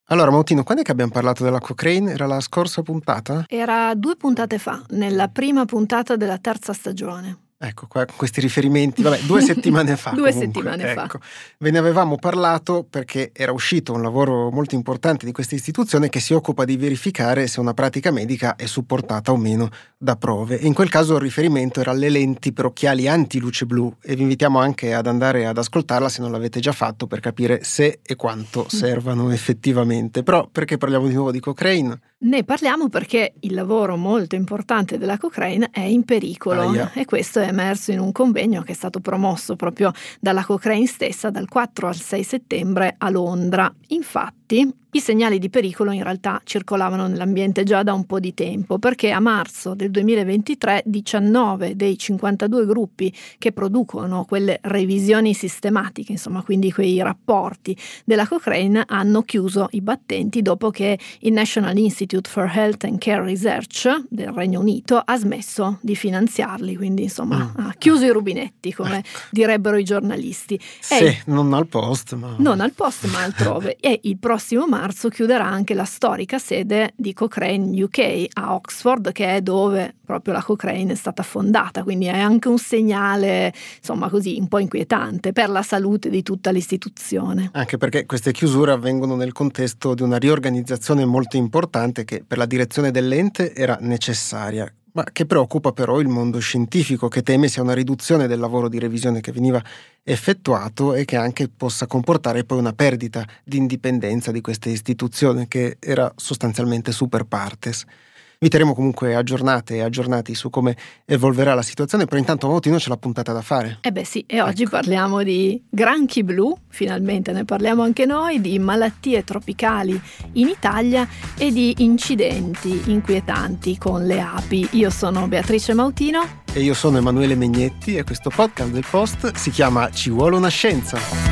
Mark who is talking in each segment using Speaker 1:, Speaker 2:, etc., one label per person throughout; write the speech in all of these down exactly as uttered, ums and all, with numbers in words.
Speaker 1: Allora, Mautino, quando è che abbiamo parlato della Cochrane? Era la scorsa puntata?
Speaker 2: Era due puntate fa, nella prima puntata della terza stagione.
Speaker 1: Ecco, qua, con questi riferimenti, vabbè, due settimane fa.
Speaker 2: due
Speaker 1: comunque,
Speaker 2: settimane
Speaker 1: ecco.
Speaker 2: fa.
Speaker 1: Ve ne avevamo parlato perché era uscito un lavoro molto importante di questa istituzione che si occupa di verificare se una pratica medica è supportata o meno da prove. E in quel caso il riferimento era alle lenti per occhiali anti-luce blu e vi invitiamo anche ad andare ad ascoltarla se non l'avete già fatto per capire se e quanto servano effettivamente. Però perché parliamo di nuovo di Cochrane?
Speaker 2: Ne parliamo perché il lavoro molto importante della Cochrane è in pericolo
Speaker 1: Aia.
Speaker 2: e questo è emerso in un convegno che è stato promosso proprio dalla Cochrane stessa dal quattro al sei settembre a Londra. Infatti, i segnali di pericolo in realtà circolavano nell'ambiente già da un po' di tempo, perché a marzo del duemilaventitré diciannove dei cinquantadue gruppi che producono quelle revisioni sistematiche, insomma quindi quei rapporti della Cochrane, hanno chiuso i battenti dopo che il National Institute for Health and Care Research del Regno Unito ha smesso di finanziarli, quindi insomma mm. ha chiuso i rubinetti, come ecco. direbbero i giornalisti.
Speaker 1: Sì,
Speaker 2: e
Speaker 1: non al post, ma...
Speaker 2: Non al post, ma altrove. E il prossimo marzo chiuderà anche la storica sede di Cochrane U K a Oxford, che è dove proprio la Cochrane è stata fondata, quindi è anche un segnale, insomma così, un po' inquietante per la salute di tutta l'istituzione.
Speaker 1: Anche perché queste chiusure avvengono nel contesto di una riorganizzazione molto importante che per la direzione dell'ente era necessaria, ma che preoccupa però il mondo scientifico, che teme sia una riduzione del lavoro di revisione che veniva effettuato e che anche possa comportare poi una perdita di indipendenza di questa istituzione che era sostanzialmente super partes. Vi terremo comunque aggiornate e aggiornati su come evolverà la situazione, però intanto Mautino c'è la puntata da fare.
Speaker 2: Eh beh sì, e oggi ecco. parliamo di granchi blu, finalmente ne parliamo anche noi, di malattie tropicali in Italia e di incidenti inquietanti con le api. Io sono Beatrice Mautino.
Speaker 1: E io sono Emanuele Megnetti e questo podcast del Post si chiama Ci vuole una scienza.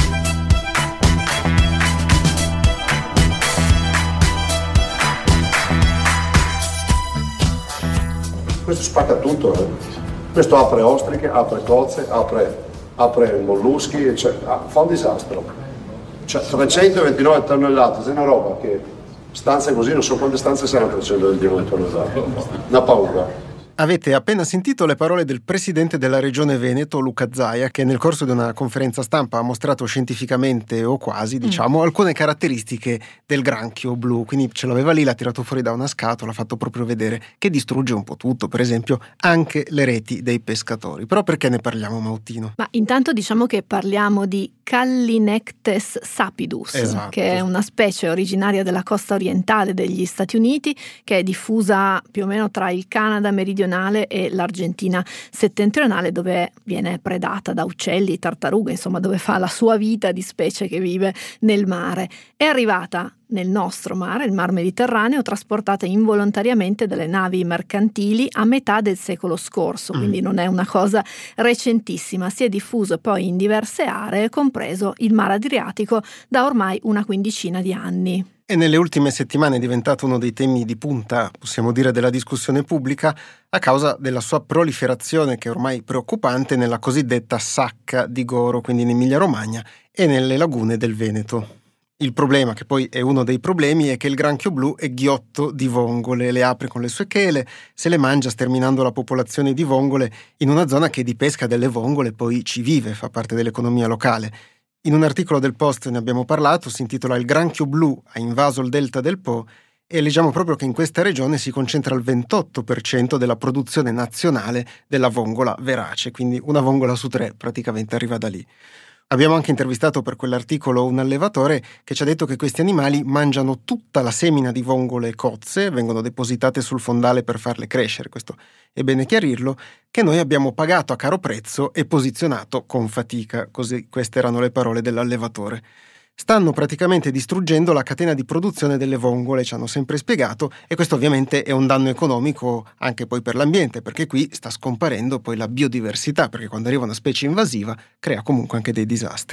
Speaker 3: Questo spacca tutto, eh. Questo apre ostriche, apre cozze, apre, apre molluschi, cioè, fa un disastro. Cioè, trecentoventinove tonnellate, è una roba che stanze così, non so quante stanze saranno trecentoventinove tonnellate. Una paura.
Speaker 1: Avete appena sentito le parole del presidente della regione Veneto, Luca Zaia, che nel corso di una conferenza stampa ha mostrato scientificamente, o quasi, diciamo, mm. alcune caratteristiche del granchio blu. Quindi ce l'aveva lì, l'ha tirato fuori da una scatola, ha fatto proprio vedere che distrugge un po' tutto, per esempio anche le reti dei pescatori. Però perché ne parliamo, Mautino?
Speaker 2: Ma intanto diciamo che parliamo di Callinectes sapidus,
Speaker 1: esatto.
Speaker 2: che è una specie originaria della costa orientale degli Stati Uniti, che è diffusa più o meno tra il Canada meridionale e l'Argentina settentrionale, dove viene predata da uccelli, tartarughe, insomma dove fa la sua vita di specie che vive nel mare. È arrivata nel nostro mare, il Mar Mediterraneo, trasportata involontariamente dalle navi mercantili a metà del secolo scorso, quindi non è una cosa recentissima. Si è diffuso poi in diverse aree, compreso il Mar Adriatico, da ormai una quindicina di anni.
Speaker 1: E nelle ultime settimane è diventato uno dei temi di punta, possiamo dire, della discussione pubblica a causa della sua proliferazione, che è ormai preoccupante, nella cosiddetta sacca di Goro, quindi in Emilia-Romagna e nelle lagune del Veneto. Il problema, che poi è uno dei problemi, è che il granchio blu è ghiotto di vongole, le apre con le sue chele, se le mangia sterminando la popolazione di vongole in una zona che di pesca delle vongole poi ci vive, fa parte dell'economia locale. In un articolo del Post ne abbiamo parlato, si intitola Il granchio blu ha invaso il delta del Po e leggiamo proprio che in questa regione si concentra il ventotto per cento della produzione nazionale della vongola verace, quindi una vongola su tre praticamente arriva da lì. Abbiamo anche intervistato per quell'articolo un allevatore che ci ha detto che questi animali mangiano tutta la semina di vongole e cozze, vengono depositate sul fondale per farle crescere, questo è bene chiarirlo, che noi abbiamo pagato a caro prezzo e posizionato con fatica, così queste erano le parole dell'allevatore. Stanno praticamente distruggendo la catena di produzione delle vongole, ci hanno sempre spiegato, e questo ovviamente è un danno economico anche poi per l'ambiente, perché qui sta scomparendo poi la biodiversità, perché quando arriva una specie invasiva crea comunque anche dei disastri.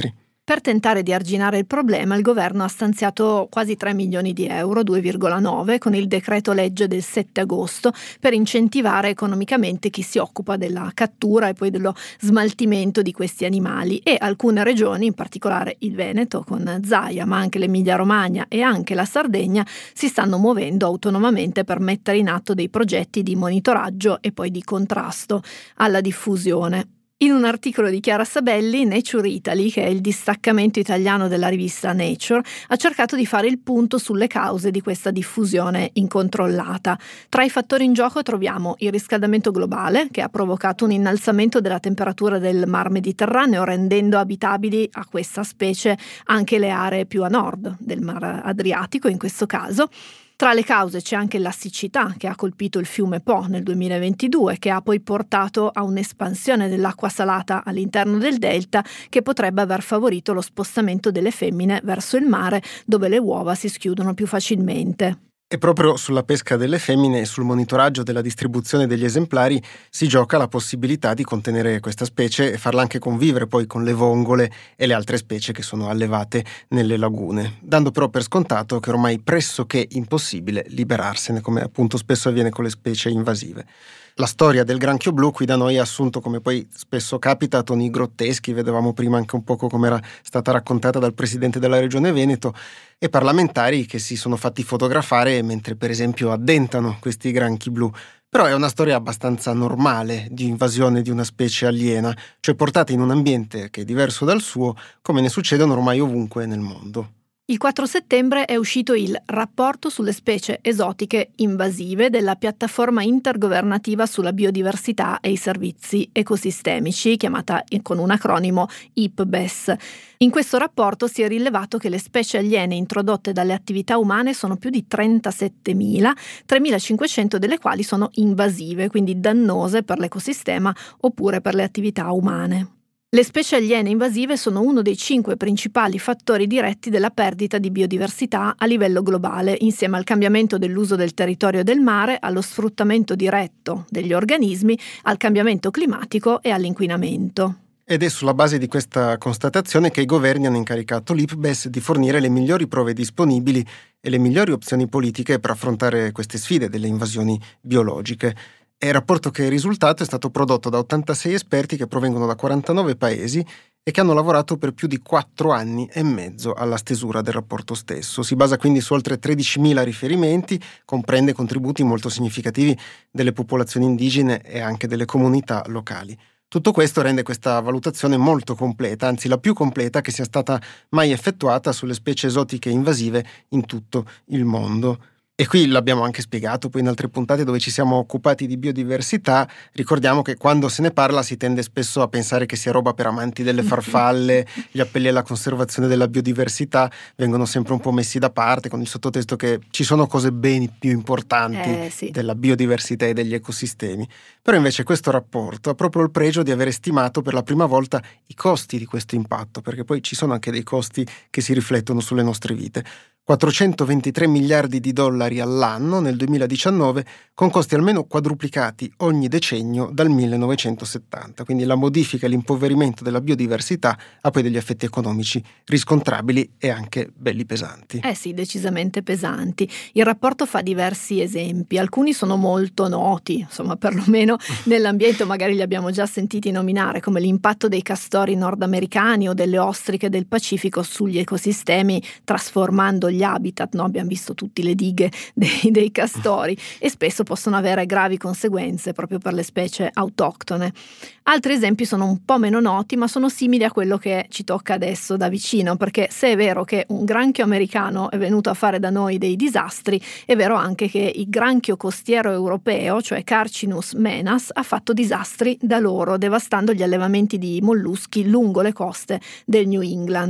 Speaker 2: Per tentare di arginare il problema, il governo ha stanziato quasi tre milioni di euro, due virgola nove, con il decreto legge del sette agosto, per incentivare economicamente chi si occupa della cattura e poi dello smaltimento di questi animali, e alcune regioni, in particolare il Veneto con Zaia, ma anche l'Emilia-Romagna e anche la Sardegna, si stanno muovendo autonomamente per mettere in atto dei progetti di monitoraggio e poi di contrasto alla diffusione. In un articolo di Chiara Sabelli, Nature Italy, che è il distaccamento italiano della rivista Nature, ha cercato di fare il punto sulle cause di questa diffusione incontrollata. Tra i fattori in gioco troviamo il riscaldamento globale, che ha provocato un innalzamento della temperatura del Mar Mediterraneo, rendendo abitabili a questa specie anche le aree più a nord del Mar Adriatico in questo caso. Tra le cause c'è anche la siccità che ha colpito il fiume Po nel duemilaventidue, che ha poi portato a un'espansione dell'acqua salata all'interno del delta, che potrebbe aver favorito lo spostamento delle femmine verso il mare, dove le uova si schiudono più facilmente.
Speaker 1: E proprio sulla pesca delle femmine e sul monitoraggio della distribuzione degli esemplari si gioca la possibilità di contenere questa specie e farla anche convivere poi con le vongole e le altre specie che sono allevate nelle lagune, dando però per scontato che ormai pressoché impossibile liberarsene, come appunto spesso avviene con le specie invasive. La storia del granchio blu qui da noi ha assunto, come poi spesso capita, toni grotteschi. Vedevamo prima anche un poco come era stata raccontata dal presidente della regione Veneto, e parlamentari che si sono fatti fotografare mentre per esempio addentano questi granchi blu. Però è una storia abbastanza normale di invasione di una specie aliena, cioè portata in un ambiente che è diverso dal suo, come ne succedono ormai ovunque nel mondo.
Speaker 2: Il quattro settembre è uscito il rapporto sulle specie esotiche invasive della piattaforma intergovernativa sulla biodiversità e i servizi ecosistemici, chiamata con un acronimo I P B E S. In questo rapporto si è rilevato che le specie aliene introdotte dalle attività umane sono più di trentasettemila, tremilacinquecento delle quali sono invasive, quindi dannose per l'ecosistema oppure per le attività umane. Le specie aliene invasive sono uno dei cinque principali fattori diretti della perdita di biodiversità a livello globale, insieme al cambiamento dell'uso del territorio e del mare, allo sfruttamento diretto degli organismi, al cambiamento climatico e all'inquinamento.
Speaker 1: Ed è sulla base di questa constatazione che i governi hanno incaricato l'I P B E S di fornire le migliori prove disponibili e le migliori opzioni politiche per affrontare queste sfide delle invasioni biologiche. È il rapporto che è risultato è stato prodotto da ottantasei esperti che provengono da quarantanove paesi e che hanno lavorato per più di quattro anni e mezzo alla stesura del rapporto stesso. Si basa quindi su oltre tredicimila riferimenti, comprende contributi molto significativi delle popolazioni indigene e anche delle comunità locali. Tutto questo rende questa valutazione molto completa, anzi la più completa che sia stata mai effettuata sulle specie esotiche invasive in tutto il mondo. E qui l'abbiamo anche spiegato poi in altre puntate dove ci siamo occupati di biodiversità. Ricordiamo che quando se ne parla si tende spesso a pensare che sia roba per amanti delle farfalle, gli appelli alla conservazione della biodiversità vengono sempre un po' messi da parte con il sottotesto che ci sono cose ben più importanti
Speaker 2: eh, sì.
Speaker 1: della biodiversità e degli ecosistemi. Però invece questo rapporto ha proprio il pregio di aver stimato per la prima volta i costi di questo impatto, perché poi ci sono anche dei costi che si riflettono sulle nostre vite. quattrocentoventitré miliardi di dollari all'anno nel duemiladiciannove, con costi almeno quadruplicati ogni decennio dal millenovecentosettanta. Quindi la modifica e l'impoverimento della biodiversità ha poi degli effetti economici riscontrabili e anche belli pesanti.
Speaker 2: Eh sì, decisamente pesanti. Il rapporto fa diversi esempi, alcuni sono molto noti, insomma perlomeno nell'ambiente magari li abbiamo già sentiti nominare, come l'impatto dei castori nordamericani o delle ostriche del Pacifico sugli ecosistemi, trasformando gli habitat, no? Abbiamo visto tutte le dighe dei, dei castori, e spesso possono avere gravi conseguenze proprio per le specie autoctone. Altri esempi sono un po' meno noti, ma sono simili a quello che ci tocca adesso da vicino, perché se è vero che un granchio americano è venuto a fare da noi dei disastri, è vero anche che il granchio costiero europeo, cioè Carcinus menas, ha fatto disastri da loro, devastando gli allevamenti di molluschi lungo le coste del New England.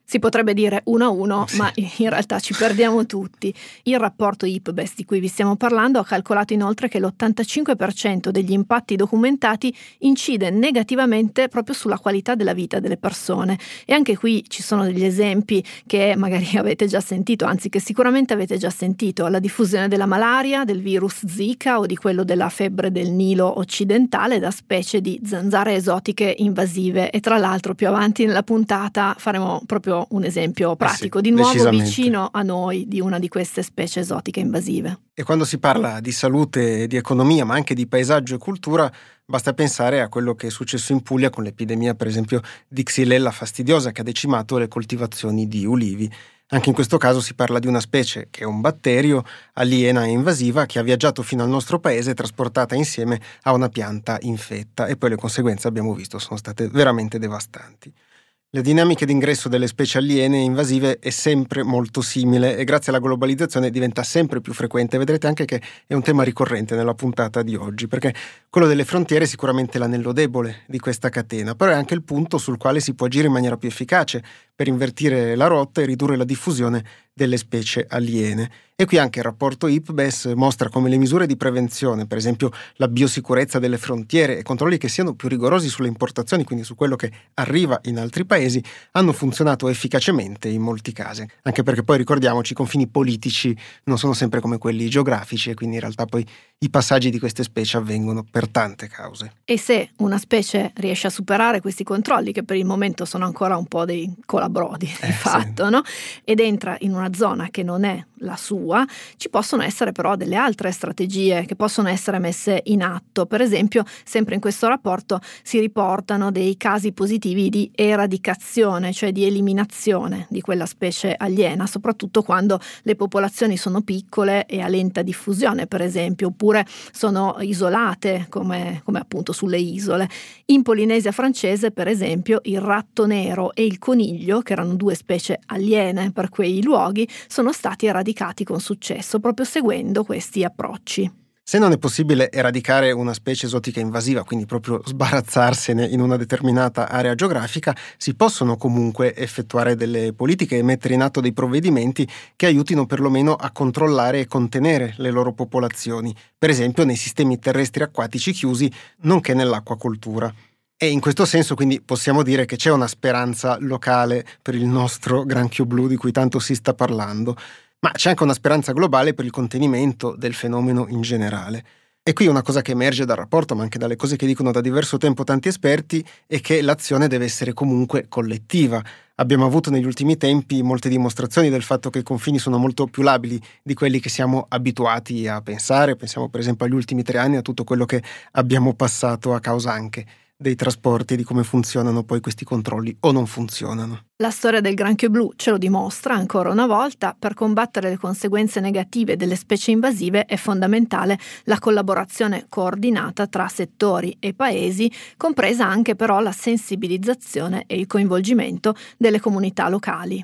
Speaker 2: Si potrebbe dire uno a uno,
Speaker 1: Sì.
Speaker 2: ma in realtà ci perdiamo tutti. Il rapporto I P B E S di cui vi stiamo parlando ha calcolato inoltre che l'ottantacinque per cento degli impatti documentati incide negativamente proprio sulla qualità della vita delle persone. E anche qui ci sono degli esempi che magari avete già sentito, anzi che sicuramente avete già sentito: la diffusione della malaria, del virus Zika o di quello della febbre del Nilo occidentale da specie di zanzare esotiche invasive. E tra l'altro più avanti nella puntata faremo proprio un esempio pratico,
Speaker 1: Eh sì,
Speaker 2: di nuovo
Speaker 1: decisamente.
Speaker 2: vicino a noi, di una di queste specie esotiche invasive.
Speaker 1: E quando si parla di salute e di economia, ma anche di paesaggio e cultura, basta pensare a quello che è successo in Puglia con l'epidemia, per esempio, di Xylella fastidiosa, che ha decimato le coltivazioni di ulivi. Anche in questo caso si parla di una specie che è un batterio, aliena e invasiva, che ha viaggiato fino al nostro paese trasportata insieme a una pianta infetta, e poi le conseguenze, abbiamo visto, sono state veramente devastanti. Le dinamiche d'ingresso delle specie aliene e invasive è sempre molto simile e grazie alla globalizzazione diventa sempre più frequente. Vedrete anche che è un tema ricorrente nella puntata di oggi, perché quello delle frontiere è sicuramente l'anello debole di questa catena, però è anche il punto sul quale si può agire in maniera più efficace per invertire la rotta e ridurre la diffusione delle specie aliene. E qui anche il rapporto I P B E S mostra come le misure di prevenzione, per esempio la biosicurezza delle frontiere e controlli che siano più rigorosi sulle importazioni, quindi su quello che arriva in altri paesi, hanno funzionato efficacemente in molti casi. Anche perché poi ricordiamoci, i confini politici non sono sempre come quelli geografici e quindi in realtà poi i passaggi di queste specie avvengono per tante cause.
Speaker 2: E se una specie riesce a superare questi controlli, che per il momento sono ancora un po' dei colabrodi di
Speaker 1: Eh,
Speaker 2: fatto,
Speaker 1: sì.
Speaker 2: no? Ed entra in una zona che non è la sua, ci possono essere però delle altre strategie che possono essere messe in atto. Per esempio, sempre in questo rapporto si riportano dei casi positivi di eradicazione, cioè di eliminazione di quella specie aliena, soprattutto quando le popolazioni sono piccole e a lenta diffusione, per esempio, oppure sono isolate come, come appunto sulle isole. In Polinesia francese, per esempio, il ratto nero e il coniglio, che erano due specie aliene per quei luoghi, sono stati eradicati con successo, proprio seguendo questi approcci.
Speaker 1: Se non è possibile eradicare una specie esotica invasiva, quindi proprio sbarazzarsene in una determinata area geografica, si possono comunque effettuare delle politiche e mettere in atto dei provvedimenti che aiutino perlomeno a controllare e contenere le loro popolazioni, per esempio nei sistemi terrestri acquatici chiusi, nonché nell'acquacoltura. E in questo senso quindi possiamo dire che c'è una speranza locale per il nostro granchio blu di cui tanto si sta parlando, ma c'è anche una speranza globale per il contenimento del fenomeno in generale. E qui una cosa che emerge dal rapporto, ma anche dalle cose che dicono da diverso tempo tanti esperti, è che l'azione deve essere comunque collettiva. Abbiamo avuto negli ultimi tempi molte dimostrazioni del fatto che i confini sono molto più labili di quelli che siamo abituati a pensare. Pensiamo per esempio agli ultimi tre anni, a tutto quello che abbiamo passato a causa anche dei trasporti e di come funzionano poi questi controlli o non funzionano.
Speaker 2: La storia del granchio blu ce lo dimostra ancora una volta. Per combattere le conseguenze negative delle specie invasive è fondamentale la collaborazione coordinata tra settori e paesi, compresa anche però la sensibilizzazione e il coinvolgimento delle comunità locali.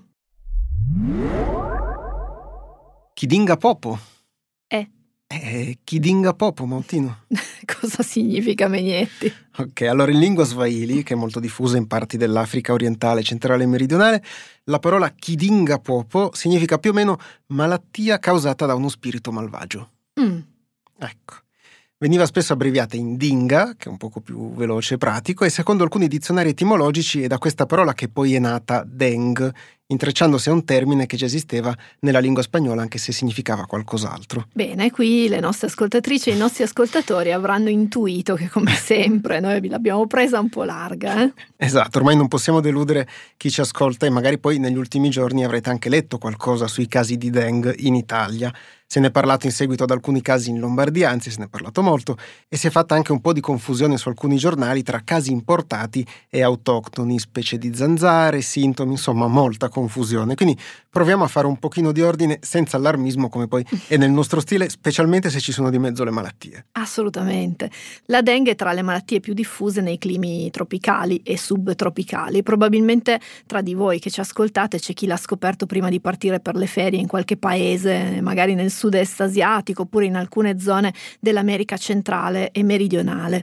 Speaker 1: Chidinga popo.
Speaker 2: Eh.
Speaker 1: Eh, Chidinga popo, Mautino.
Speaker 2: Cosa significa, Megnetti?
Speaker 1: Ok, allora in lingua swahili, che è molto diffusa in parti dell'Africa orientale, centrale e meridionale, la parola Chidinga popo significa più o meno malattia causata da uno spirito malvagio.
Speaker 2: Mm.
Speaker 1: Ecco. Veniva spesso abbreviata in dinga, che è un poco più veloce e pratico, e secondo alcuni dizionari etimologici è da questa parola che poi è nata deng, intrecciandosi a un termine che già esisteva nella lingua spagnola, anche se significava qualcos'altro.
Speaker 2: Bene, qui le nostre ascoltatrici e i nostri ascoltatori avranno intuito che, come sempre, noi vi l'abbiamo presa un po' larga. Eh?
Speaker 1: Esatto, ormai non possiamo deludere chi ci ascolta e magari poi negli ultimi giorni avrete anche letto qualcosa sui casi di Deng in Italia. Se ne è parlato in seguito ad alcuni casi in Lombardia, anzi se ne è parlato molto, e si è fatta anche un po' di confusione su alcuni giornali tra casi importati e autoctoni, specie di zanzare, sintomi, insomma molta confusione. Quindi proviamo a fare un pochino di ordine senza allarmismo, come poi è nel nostro stile, specialmente se ci sono di mezzo le malattie.
Speaker 2: Assolutamente. La dengue è tra le malattie più diffuse nei climi tropicali e subtropicali. Probabilmente tra di voi che ci ascoltate c'è chi l'ha scoperto prima di partire per le ferie in qualche paese, magari nel sud-est asiatico oppure in alcune zone dell'America centrale e meridionale.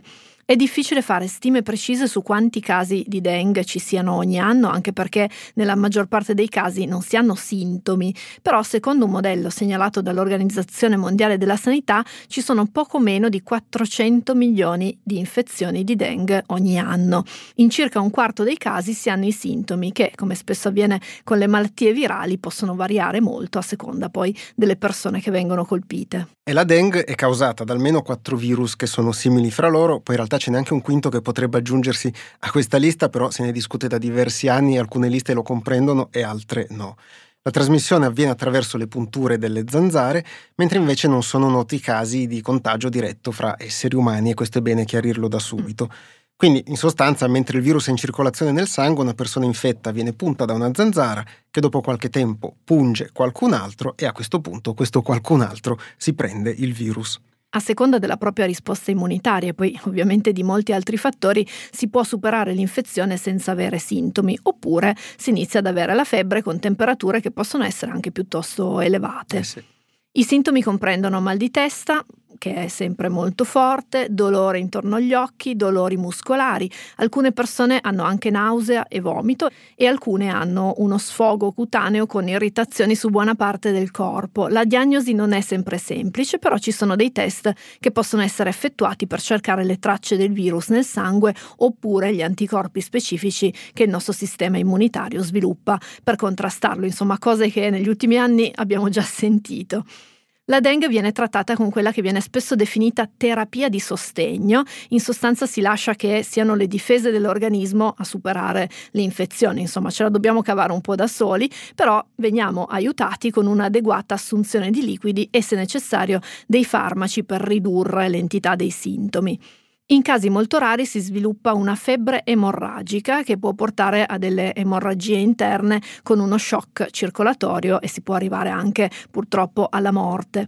Speaker 2: È difficile fare stime precise su quanti casi di Dengue ci siano ogni anno, anche perché nella maggior parte dei casi non si hanno sintomi, però secondo un modello segnalato dall'Organizzazione Mondiale della Sanità ci sono poco meno di quattrocento milioni di infezioni di Dengue ogni anno. In circa un quarto dei casi si hanno i sintomi che, come spesso avviene con le malattie virali, possono variare molto a seconda poi delle persone che vengono colpite.
Speaker 1: E la Dengue è causata da almeno quattro virus che sono simili fra loro, poi in realtà ce n'è anche un quinto che potrebbe aggiungersi a questa lista, però se ne discute da diversi anni, alcune liste lo comprendono e altre no. La trasmissione avviene attraverso le punture delle zanzare, mentre invece non sono noti casi di contagio diretto fra esseri umani, e questo è bene chiarirlo da subito. Quindi, in sostanza, mentre il virus è in circolazione nel sangue, una persona infetta viene punta da una zanzara che dopo qualche tempo punge qualcun altro e a questo punto questo qualcun altro si prende il virus.
Speaker 2: A seconda della propria risposta immunitaria e poi ovviamente di molti altri fattori si può superare l'infezione senza avere sintomi, oppure si inizia ad avere la febbre con temperature che possono essere anche piuttosto elevate.
Speaker 1: Eh sì.
Speaker 2: I sintomi comprendono mal di testa, che è sempre molto forte, dolore intorno agli occhi, dolori muscolari. Alcune persone hanno anche nausea e vomito e alcune hanno uno sfogo cutaneo con irritazioni su buona parte del corpo. La diagnosi non è sempre semplice, però ci sono dei test che possono essere effettuati per cercare le tracce del virus nel sangue oppure gli anticorpi specifici che il nostro sistema immunitario sviluppa per contrastarlo, insomma cose che negli ultimi anni abbiamo già sentito. La Dengue viene trattata con quella che viene spesso definita terapia di sostegno. In sostanza si lascia che siano le difese dell'organismo a superare l'infezione. Insomma, ce la dobbiamo cavare un po' da soli, però veniamo aiutati con un'adeguata assunzione di liquidi e, se necessario, dei farmaci per ridurre l'entità dei sintomi. In casi molto rari si sviluppa una febbre emorragica che può portare a delle emorragie interne con uno shock circolatorio e si può arrivare anche purtroppo alla morte.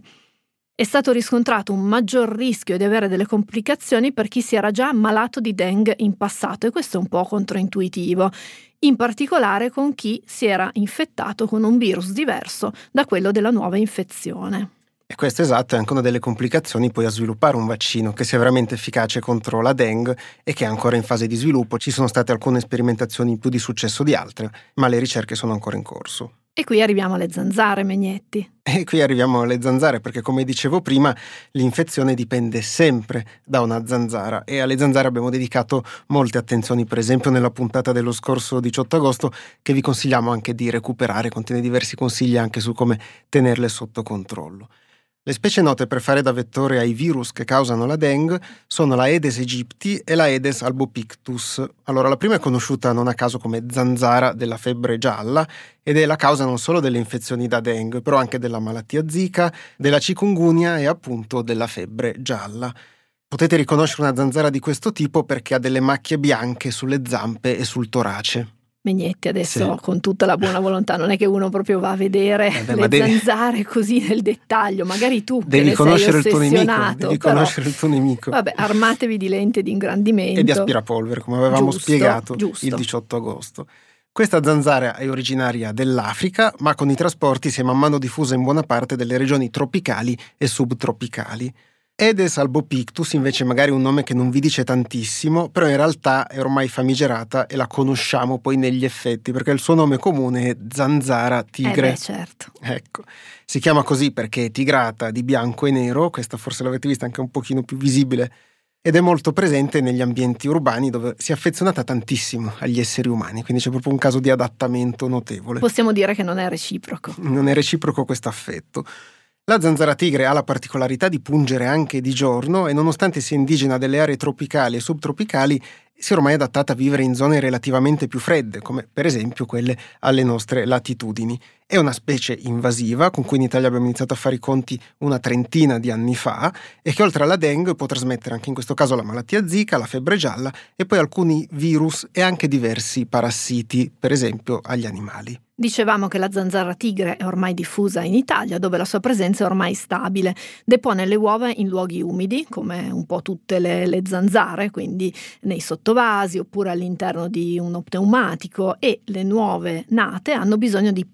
Speaker 2: È stato riscontrato un maggior rischio di avere delle complicazioni per chi si era già ammalato di Dengue in passato e questo è un po' controintuitivo, in particolare con chi si era infettato con un virus diverso da quello della nuova infezione.
Speaker 1: E questo esatto è anche una delle complicazioni poi a sviluppare un vaccino che sia veramente efficace contro la Dengue e che è ancora in fase di sviluppo. Ci sono state alcune sperimentazioni più di successo di altre, ma le ricerche sono ancora in corso.
Speaker 2: E qui arriviamo alle zanzare, Megnetti.
Speaker 1: E qui arriviamo alle zanzare perché, come dicevo prima, l'infezione dipende sempre da una zanzara e alle zanzare abbiamo dedicato molte attenzioni, per esempio nella puntata dello scorso diciotto agosto che vi consigliamo anche di recuperare, contiene diversi consigli anche su come tenerle sotto controllo. Le specie note per fare da vettore ai virus che causano la Dengue sono la Aedes aegypti e la Aedes albopictus. Allora, la prima è conosciuta non a caso come zanzara della febbre gialla ed è la causa non solo delle infezioni da Dengue, però anche della malattia Zika, della chikungunya e appunto della febbre gialla. Potete riconoscere una zanzara di questo tipo perché ha delle macchie bianche sulle zampe e sul torace.
Speaker 2: Megnetti, adesso
Speaker 1: sì.
Speaker 2: Con tutta la buona volontà, non è che uno proprio va a vedere
Speaker 1: eh beh,
Speaker 2: le
Speaker 1: devi...
Speaker 2: zanzare così nel dettaglio, magari tu
Speaker 1: devi
Speaker 2: che
Speaker 1: conoscere
Speaker 2: sei
Speaker 1: il tuo nemico, devi
Speaker 2: però,
Speaker 1: conoscere il tuo nemico.
Speaker 2: Vabbè, armatevi di lenti di ingrandimento
Speaker 1: e di aspirapolvere, come avevamo
Speaker 2: giusto,
Speaker 1: spiegato
Speaker 2: giusto.
Speaker 1: il diciotto agosto. Questa zanzara è originaria dell'Africa, ma con i trasporti si è man mano diffusa in buona parte delle regioni tropicali e subtropicali. Aedes albopictus invece magari è un nome che non vi dice tantissimo, però in realtà è ormai famigerata e la conosciamo poi negli effetti, perché il suo nome comune è zanzara tigre.
Speaker 2: Eh beh, certo.
Speaker 1: Ecco, si chiama così perché è tigrata di bianco e nero, questa forse l'avete vista anche un pochino più visibile, ed è molto presente negli ambienti urbani dove si è affezionata tantissimo agli esseri umani, quindi c'è proprio un caso di adattamento notevole.
Speaker 2: Possiamo dire che non è reciproco.
Speaker 1: Non è reciproco questo affetto. La zanzara tigre ha la particolarità di pungere anche di giorno e nonostante sia indigena delle aree tropicali e subtropicali si è ormai adattata a vivere in zone relativamente più fredde, come per esempio quelle alle nostre latitudini. È una specie invasiva con cui in Italia abbiamo iniziato a fare i conti una trentina di anni fa e che oltre alla Dengue può trasmettere anche in questo caso la malattia Zika, la febbre gialla e poi alcuni virus e anche diversi parassiti, per esempio agli animali.
Speaker 2: Dicevamo che la zanzara tigre è ormai diffusa in Italia, dove la sua presenza è ormai stabile. Depone le uova in luoghi umidi, come un po' tutte le, le zanzare, quindi nei sottovasi oppure all'interno di uno pneumatico, e le nuove nate hanno bisogno di poca acqua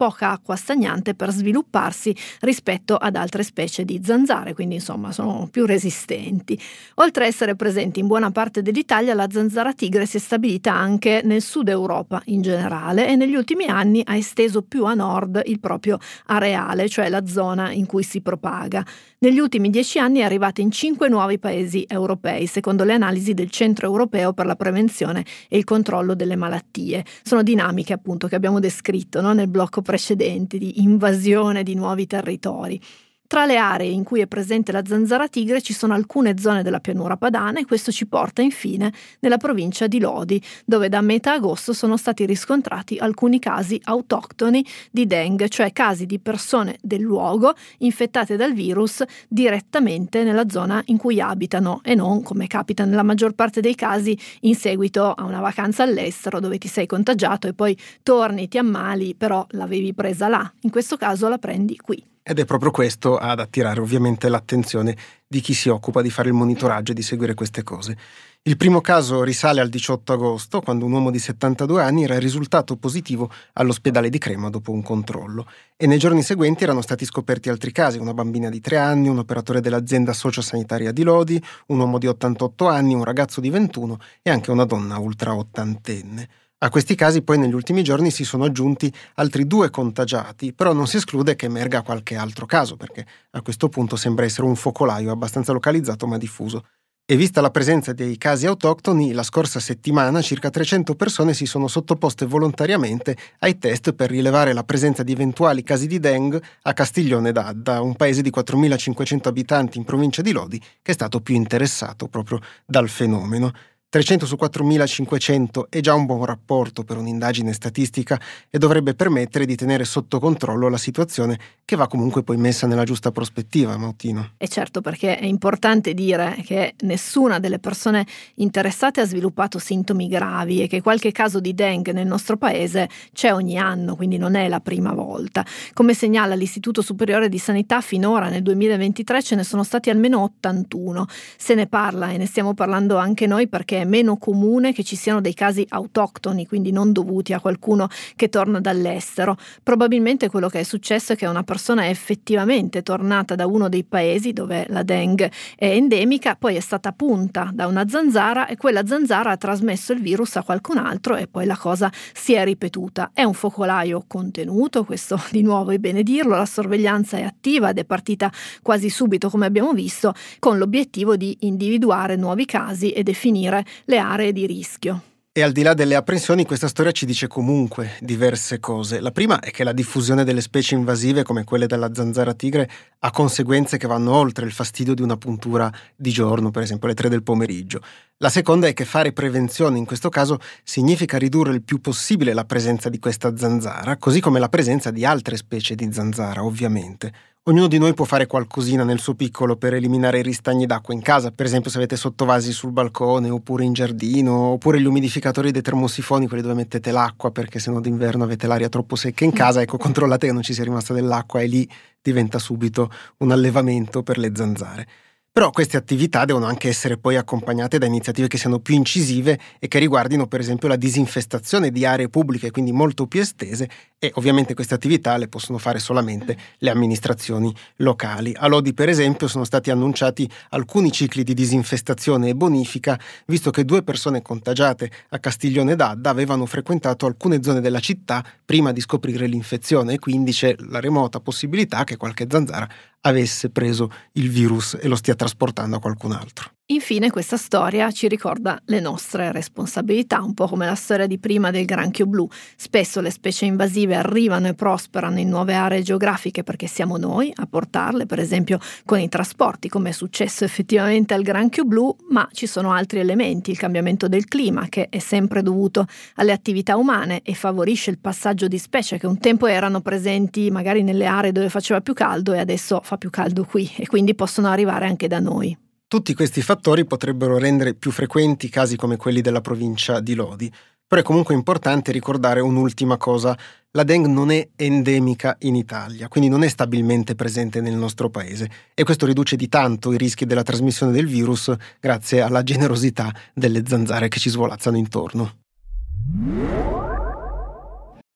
Speaker 2: l'acqua stagnante per svilupparsi rispetto ad altre specie di zanzare, quindi insomma sono più resistenti. Oltre a essere presenti in buona parte dell'Italia, la zanzara tigre si è stabilita anche nel sud Europa in generale e negli ultimi anni ha esteso più a nord il proprio areale, cioè la zona in cui si propaga. Negli ultimi dieci anni è arrivata in cinque nuovi paesi europei, secondo le analisi del Centro Europeo per la Prevenzione e il Controllo delle Malattie. Sono dinamiche appunto che abbiamo descritto, no? Nel blocco precedente di invasione di nuovi territori. Tra le aree in cui è presente la zanzara tigre ci sono alcune zone della pianura padana e questo ci porta infine nella provincia di Lodi, dove da metà agosto sono stati riscontrati alcuni casi autoctoni di Dengue, cioè casi di persone del luogo infettate dal virus direttamente nella zona in cui abitano e non, come capita nella maggior parte dei casi, in seguito a una vacanza all'estero dove ti sei contagiato e poi torni, ti ammali, però l'avevi presa là. In questo caso la prendi qui.
Speaker 1: Ed è proprio questo ad attirare ovviamente l'attenzione di chi si occupa di fare il monitoraggio e di seguire queste cose. Il primo caso risale al diciotto agosto, quando un uomo di settantadue anni era risultato positivo all'ospedale di Crema dopo un controllo. E nei giorni seguenti erano stati scoperti altri casi, una bambina di tre anni, un operatore dell'azienda sociosanitaria di Lodi, un uomo di ottantotto anni, un ragazzo di ventuno e anche una donna ultra ottantenne. A questi casi poi negli ultimi giorni si sono aggiunti altri due contagiati, però non si esclude che emerga qualche altro caso, perché a questo punto sembra essere un focolaio abbastanza localizzato ma diffuso. E vista la presenza dei casi autoctoni, la scorsa settimana circa trecento persone si sono sottoposte volontariamente ai test per rilevare la presenza di eventuali casi di Dengue a Castiglione d'Adda, un paese di quattromilacinquecento abitanti in provincia di Lodi, che è stato più interessato proprio dal fenomeno. trecento su quattromilacinquecento è già un buon rapporto per un'indagine statistica e dovrebbe permettere di tenere sotto controllo la situazione, che va comunque poi messa nella giusta prospettiva, Mautino.
Speaker 2: E certo, perché è importante dire che nessuna delle persone interessate ha sviluppato sintomi gravi e che qualche caso di Dengue nel nostro paese c'è ogni anno, quindi non è la prima volta. Come segnala l'Istituto Superiore di Sanità, finora nel duemilaventitré ce ne sono stati almeno ottantuno. Se ne parla e ne stiamo parlando anche noi perché è meno comune che ci siano dei casi autoctoni, quindi non dovuti a qualcuno che torna dall'estero. Probabilmente quello che è successo è che una persona è effettivamente tornata da uno dei paesi dove la Dengue è endemica, poi è stata punta da una zanzara e quella zanzara ha trasmesso il virus a qualcun altro e poi la cosa si è ripetuta. È un focolaio contenuto, questo di nuovo è bene dirlo, la sorveglianza è attiva ed è partita quasi subito, come abbiamo visto, con l'obiettivo di individuare nuovi casi e definire le aree di rischio.
Speaker 1: E al di là delle apprensioni, questa storia ci dice comunque diverse cose. La prima è che la diffusione delle specie invasive come quelle della zanzara tigre ha conseguenze che vanno oltre il fastidio di una puntura di giorno, per esempio alle tre del pomeriggio. La seconda è che fare prevenzione in questo caso significa ridurre il più possibile la presenza di questa zanzara, così come la presenza di altre specie di zanzara, ovviamente. Ognuno di noi può fare qualcosina nel suo piccolo per eliminare i ristagni d'acqua in casa, per esempio se avete sottovasi sul balcone, oppure in giardino, oppure gli umidificatori dei termosifoni, quelli dove mettete l'acqua, perché sennò d'inverno avete l'aria troppo secca in casa, ecco, controllate che non ci sia rimasta dell'acqua e lì diventa subito un allevamento per le zanzare. Però queste attività devono anche essere poi accompagnate da iniziative che siano più incisive e che riguardino per esempio la disinfestazione di aree pubbliche, quindi molto più estese, e ovviamente queste attività le possono fare solamente le amministrazioni locali. A Lodi per esempio sono stati annunciati alcuni cicli di disinfestazione e bonifica, visto che due persone contagiate a Castiglione d'Adda avevano frequentato alcune zone della città prima di scoprire l'infezione e quindi c'è la remota possibilità che qualche zanzara avesse preso il virus e lo stia trasportando a qualcun altro.
Speaker 2: Infine questa storia ci ricorda le nostre responsabilità, un po' come la storia di prima del granchio blu. Spesso le specie invasive arrivano e prosperano in nuove aree geografiche perché siamo noi a portarle, per esempio con i trasporti, come è successo effettivamente al granchio blu, ma ci sono altri elementi, il cambiamento del clima che è sempre dovuto alle attività umane e favorisce il passaggio di specie che un tempo erano presenti magari nelle aree dove faceva più caldo e adesso fa più caldo qui e quindi possono arrivare anche da noi.
Speaker 1: Tutti questi fattori potrebbero rendere più frequenti casi come quelli della provincia di Lodi, però è comunque importante ricordare un'ultima cosa: la Dengue non è endemica in Italia, quindi non è stabilmente presente nel nostro paese e questo riduce di tanto i rischi della trasmissione del virus grazie alla generosità delle zanzare che ci svolazzano intorno.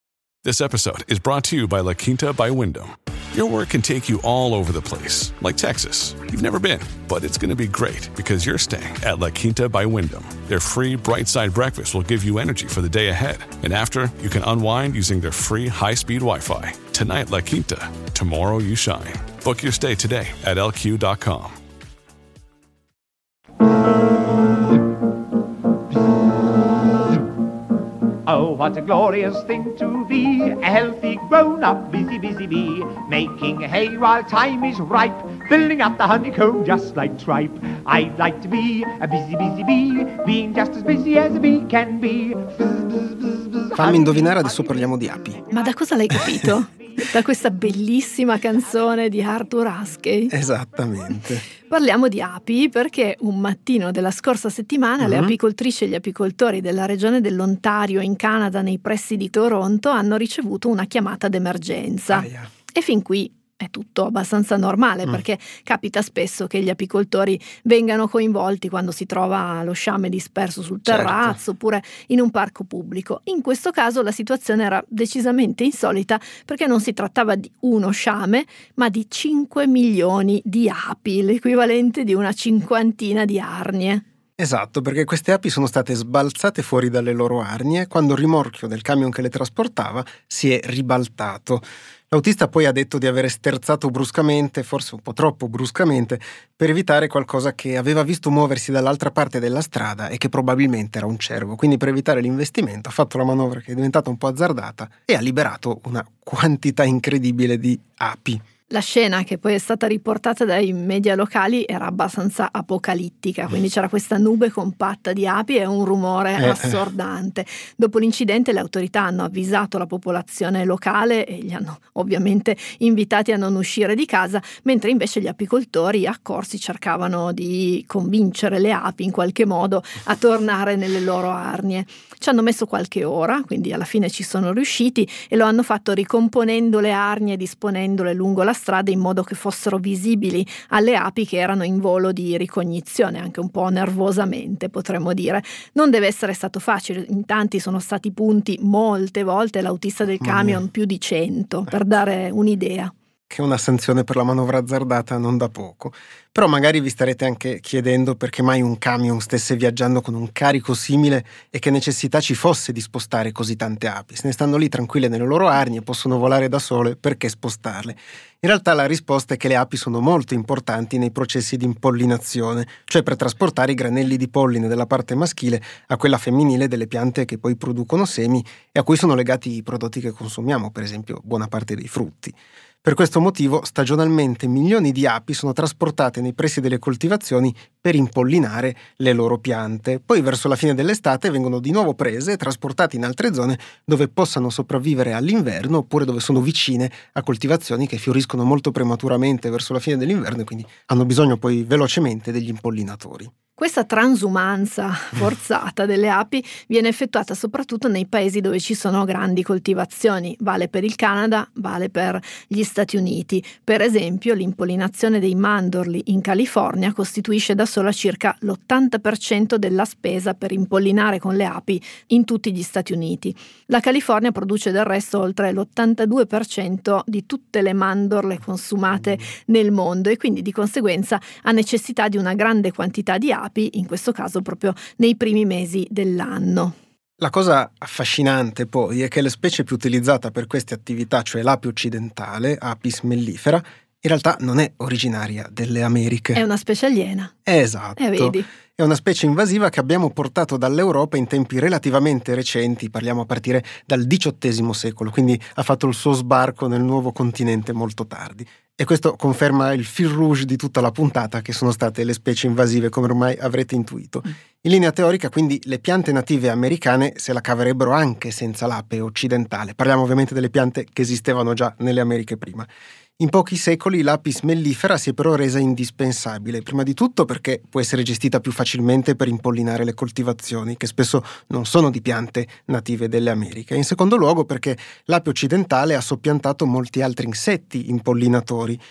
Speaker 4: This episode is brought to you by La Quinta by Wyndham. Your work can take you all over the place, like Texas. You've never been, but it's going to be great because you're staying at La Quinta by Wyndham. Their free Bright Side breakfast will give you energy for the day ahead. And after, you can unwind using their free high-speed Wi-Fi. Tonight, La Quinta. Tomorrow, you shine. Book your stay today at L Q dot com.
Speaker 5: Oh, what a glorious thing to be, a healthy, grown-up, busy, busy bee, making hay while time is ripe, filling up the honeycomb just like tripe. I'd like to be a busy, busy bee, being just as busy as a bee can be.
Speaker 1: Fammi indovinare, adesso parliamo di api.
Speaker 2: Ma da cosa l'hai capito? Da questa bellissima canzone di Arthur Askey?
Speaker 1: Esattamente.
Speaker 2: Parliamo di api perché un mattino della scorsa settimana mm-hmm. le apicoltrici e gli apicoltori della regione dell'Ontario in Canada, nei pressi di Toronto, hanno ricevuto una chiamata d'emergenza. Ah, yeah. E fin qui è tutto abbastanza normale, mm. perché capita spesso che gli apicoltori vengano coinvolti quando si trova lo sciame disperso sul terrazzo, certo. oppure in un parco pubblico. In questo caso la situazione era decisamente insolita perché non si trattava di uno sciame, ma di cinque milioni di api, l'equivalente di una cinquantina di arnie.
Speaker 1: Esatto, perché queste api sono state sbalzate fuori dalle loro arnie quando il rimorchio del camion che le trasportava si è ribaltato. L'autista poi ha detto di avere sterzato bruscamente, forse un po' troppo bruscamente, per evitare qualcosa che aveva visto muoversi dall'altra parte della strada e che probabilmente era un cervo. Quindi per evitare l'investimento ha fatto la manovra che è diventata un po' azzardata e ha liberato una quantità incredibile di api.
Speaker 2: La scena, che poi è stata riportata dai media locali, era abbastanza apocalittica, quindi c'era questa nube compatta di api e un rumore eh, assordante. Eh. Dopo l'incidente le autorità hanno avvisato la popolazione locale e li hanno ovviamente invitati a non uscire di casa, mentre invece gli apicoltori accorsi cercavano di convincere le api in qualche modo a tornare nelle loro arnie. Ci hanno messo qualche ora, quindi alla fine ci sono riusciti e lo hanno fatto ricomponendo le arnie e disponendole lungo la strada in modo che fossero visibili alle api che erano in volo di ricognizione, anche un po' nervosamente potremmo dire. Non deve essere stato facile, in tanti sono stati punti molte volte, l'autista del camion più di cento, per dare un'idea.
Speaker 1: Che una sanzione per la manovra azzardata non da poco. Però magari vi starete anche chiedendo perché mai un camion stesse viaggiando con un carico simile e che necessità ci fosse di spostare così tante api. Se ne stanno lì tranquille nelle loro arnie, possono volare da sole, perché spostarle? In realtà la risposta è che le api sono molto importanti nei processi di impollinazione, cioè per trasportare i granelli di polline dalla parte maschile a quella femminile delle piante che poi producono semi e a cui sono legati i prodotti che consumiamo, per esempio buona parte dei frutti. Per questo motivo, stagionalmente milioni di api sono trasportate nei pressi delle coltivazioni per impollinare le loro piante. Poi verso la fine dell'estate vengono di nuovo prese e trasportate in altre zone dove possano sopravvivere all'inverno oppure dove sono vicine a coltivazioni che fioriscono molto prematuramente verso la fine dell'inverno e quindi hanno bisogno poi velocemente degli impollinatori.
Speaker 2: Questa transumanza forzata delle api viene effettuata soprattutto nei paesi dove ci sono grandi coltivazioni. Vale per il Canada, vale per gli Stati Uniti. Per esempio, l'impollinazione dei mandorli in California costituisce da sola circa l'ottanta per cento della spesa per impollinare con le api in tutti gli Stati Uniti. La California produce del resto oltre l'ottantadue per cento di tutte le mandorle consumate nel mondo e quindi di conseguenza ha necessità di una grande quantità di api, in questo caso proprio nei primi mesi dell'anno.
Speaker 1: La cosa affascinante poi è che la specie più utilizzata per queste attività, cioè l'ape occidentale, Apis mellifera, in realtà non è originaria delle Americhe.
Speaker 2: È una specie aliena.
Speaker 1: Esatto.
Speaker 2: Eh, vedi.
Speaker 1: È una specie invasiva che abbiamo portato dall'Europa in tempi relativamente recenti, parliamo a partire dal diciottesimo secolo, quindi ha fatto il suo sbarco nel nuovo continente molto tardi. E questo conferma il fil rouge di tutta la puntata, che sono state le specie invasive, come ormai avrete intuito. In linea teorica, quindi, le piante native americane se la caverebbero anche senza l'ape occidentale. Parliamo ovviamente delle piante che esistevano già nelle Americhe prima. In pochi secoli l'Apis mellifera si è però resa indispensabile, prima di tutto perché può essere gestita più facilmente per impollinare le coltivazioni, che spesso non sono di piante native delle Americhe. In secondo luogo perché l'ape occidentale ha soppiantato molti altri insetti impollinatori,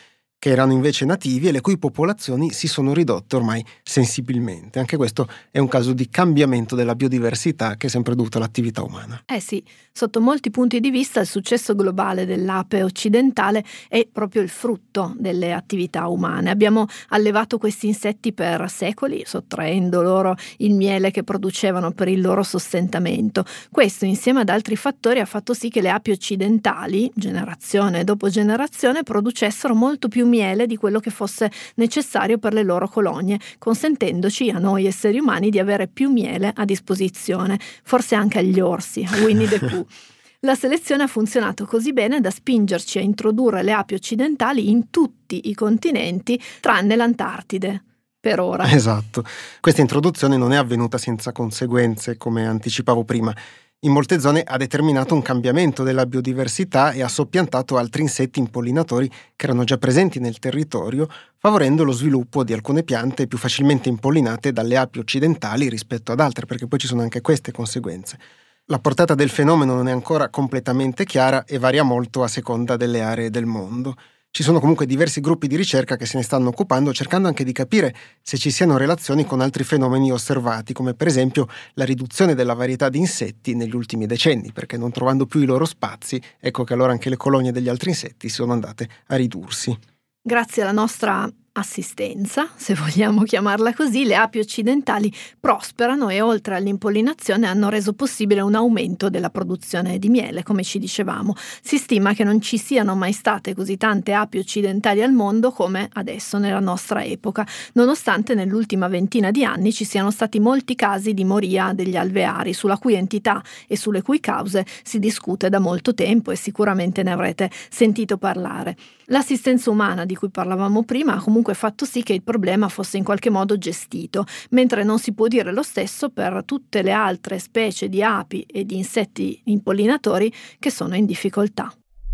Speaker 1: che erano invece nativi e le cui popolazioni si sono ridotte ormai sensibilmente. Anche questo è un caso di cambiamento della biodiversità che è sempre dovuto all'attività umana.
Speaker 2: Eh sì, sotto molti punti di vista il successo globale dell'ape occidentale è proprio il frutto delle attività umane. Abbiamo allevato questi insetti per secoli, sottraendo loro il miele che producevano per il loro sostentamento. Questo, insieme ad altri fattori, ha fatto sì che le api occidentali, generazione dopo generazione, producessero molto più miele di quello che fosse necessario per le loro colonie, consentendoci a noi esseri umani di avere più miele a disposizione, forse anche agli orsi, a Winnie the Pooh. La selezione ha funzionato così bene da spingerci a introdurre le api occidentali in tutti i continenti, tranne l'Antartide. Per ora.
Speaker 1: Esatto. Questa introduzione non è avvenuta senza conseguenze, come anticipavo prima. In molte zone ha determinato un cambiamento della biodiversità e ha soppiantato altri insetti impollinatori che erano già presenti nel territorio, favorendo lo sviluppo di alcune piante più facilmente impollinate dalle api occidentali rispetto ad altre, perché poi ci sono anche queste conseguenze. La portata del fenomeno non è ancora completamente chiara e varia molto a seconda delle aree del mondo. Ci sono comunque diversi gruppi di ricerca che se ne stanno occupando, cercando anche di capire se ci siano relazioni con altri fenomeni osservati, come per esempio la riduzione della varietà di insetti negli ultimi decenni, perché non trovando più i loro spazi, ecco che allora anche le colonie degli altri insetti sono andate a ridursi.
Speaker 2: Grazie alla nostra assistenza, se vogliamo chiamarla così, le api occidentali prosperano e oltre all'impollinazione hanno reso possibile un aumento della produzione di miele, come ci dicevamo. Si stima che non ci siano mai state così tante api occidentali al mondo come adesso nella nostra epoca, nonostante nell'ultima ventina di anni ci siano stati molti casi di moria degli alveari, sulla cui entità e sulle cui cause si discute da molto tempo e sicuramente ne avrete sentito parlare. L'assistenza umana di cui parlavamo prima ha comunque fatto sì che il problema fosse in qualche modo gestito, mentre non si può dire lo stesso per tutte le altre specie di api e di insetti impollinatori che sono in difficoltà.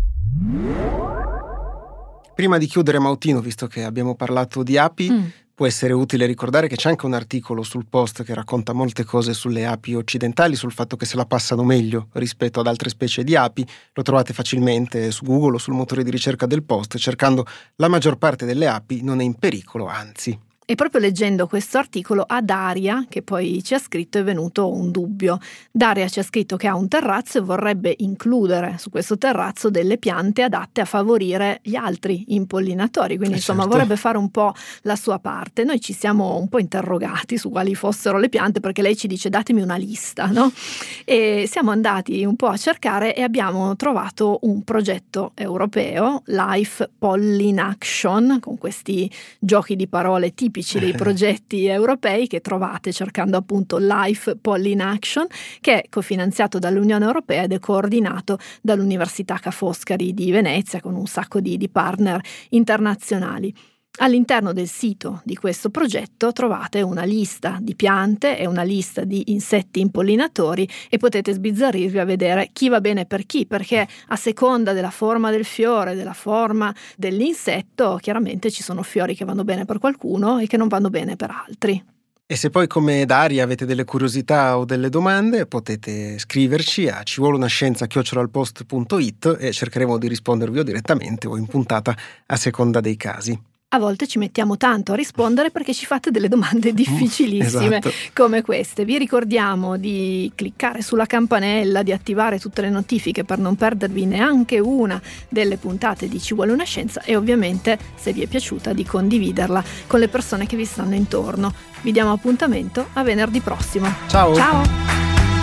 Speaker 1: Prima di chiudere, Mautino, visto che abbiamo parlato di api, mm. può essere utile ricordare che c'è anche un articolo sul Post che racconta molte cose sulle api occidentali, sul fatto che se la passano meglio rispetto ad altre specie di api. Lo trovate facilmente su Google o sul motore di ricerca del Post, cercando la maggior parte delle api non è in pericolo, anzi.
Speaker 2: E proprio leggendo questo articolo a Daria, che poi ci ha scritto, è venuto un dubbio. Daria ci ha scritto che ha un terrazzo e vorrebbe includere su questo terrazzo delle piante adatte a favorire gli altri impollinatori, quindi eh insomma certo. vorrebbe fare un po' la sua parte. Noi ci siamo un po' interrogati su quali fossero le piante, perché lei ci dice datemi una lista, no? E siamo andati un po' a cercare e abbiamo trovato un progetto europeo, Life Pollinaction, con questi giochi di parole tipici dei progetti europei che trovate cercando appunto Life Pollinaction, che è cofinanziato dall'Unione Europea ed è coordinato dall'Università Ca' Foscari di Venezia con un sacco di, di partner internazionali. All'interno del sito di questo progetto trovate una lista di piante e una lista di insetti impollinatori e potete sbizzarrirvi a vedere chi va bene per chi, perché a seconda della forma del fiore, della forma dell'insetto, chiaramente ci sono fiori che vanno bene per qualcuno e che non vanno bene per altri.
Speaker 1: E se poi come Daria avete delle curiosità o delle domande, potete scriverci a ci vuole una scienza chiocciola al post punto it e cercheremo di rispondervi o direttamente o in puntata a seconda dei casi.
Speaker 2: A volte ci mettiamo tanto a rispondere perché ci fate delle domande difficilissime
Speaker 1: esatto.
Speaker 2: come queste. Vi ricordiamo di cliccare sulla campanella, di attivare tutte le notifiche per non perdervi neanche una delle puntate di Ci vuole una scienza e ovviamente, se vi è piaciuta, di condividerla con le persone che vi stanno intorno. Vi diamo appuntamento a venerdì prossimo.
Speaker 1: Ciao!
Speaker 2: Ciao!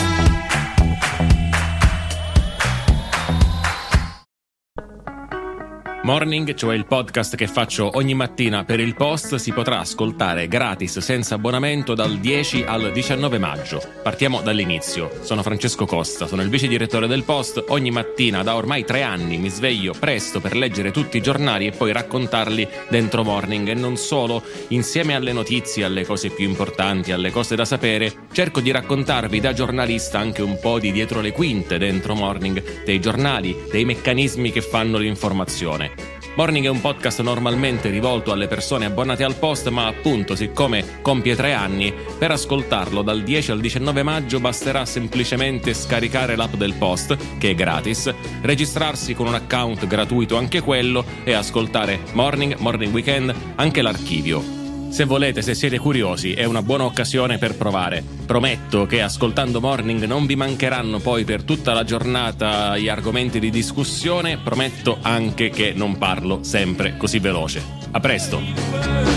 Speaker 6: Morning, cioè il podcast che faccio ogni mattina per il Post, si potrà ascoltare gratis senza abbonamento dal dieci al diciannove maggio. Partiamo dall'inizio. Sono Francesco Costa, sono il vice direttore del Post. Ogni mattina da ormai tre anni mi sveglio presto per leggere tutti i giornali e poi raccontarli dentro Morning, e non solo. Insieme alle notizie, alle cose più importanti, alle cose da sapere, cerco di raccontarvi da giornalista anche un po' di dietro le quinte dentro Morning, dei giornali, dei meccanismi che fanno l'informazione. Morning è un podcast normalmente rivolto alle persone abbonate al Post, ma appunto, siccome compie tre anni, per ascoltarlo dal dieci al diciannove maggio basterà semplicemente scaricare l'app del Post, che è gratis, registrarsi con un account gratuito anche quello e ascoltare Morning, Morning Weekend, anche l'archivio. Se volete, se siete curiosi, è una buona occasione per provare. Prometto che ascoltando Morning non vi mancheranno poi per tutta la giornata gli argomenti di discussione, prometto anche che non parlo sempre così veloce. A presto!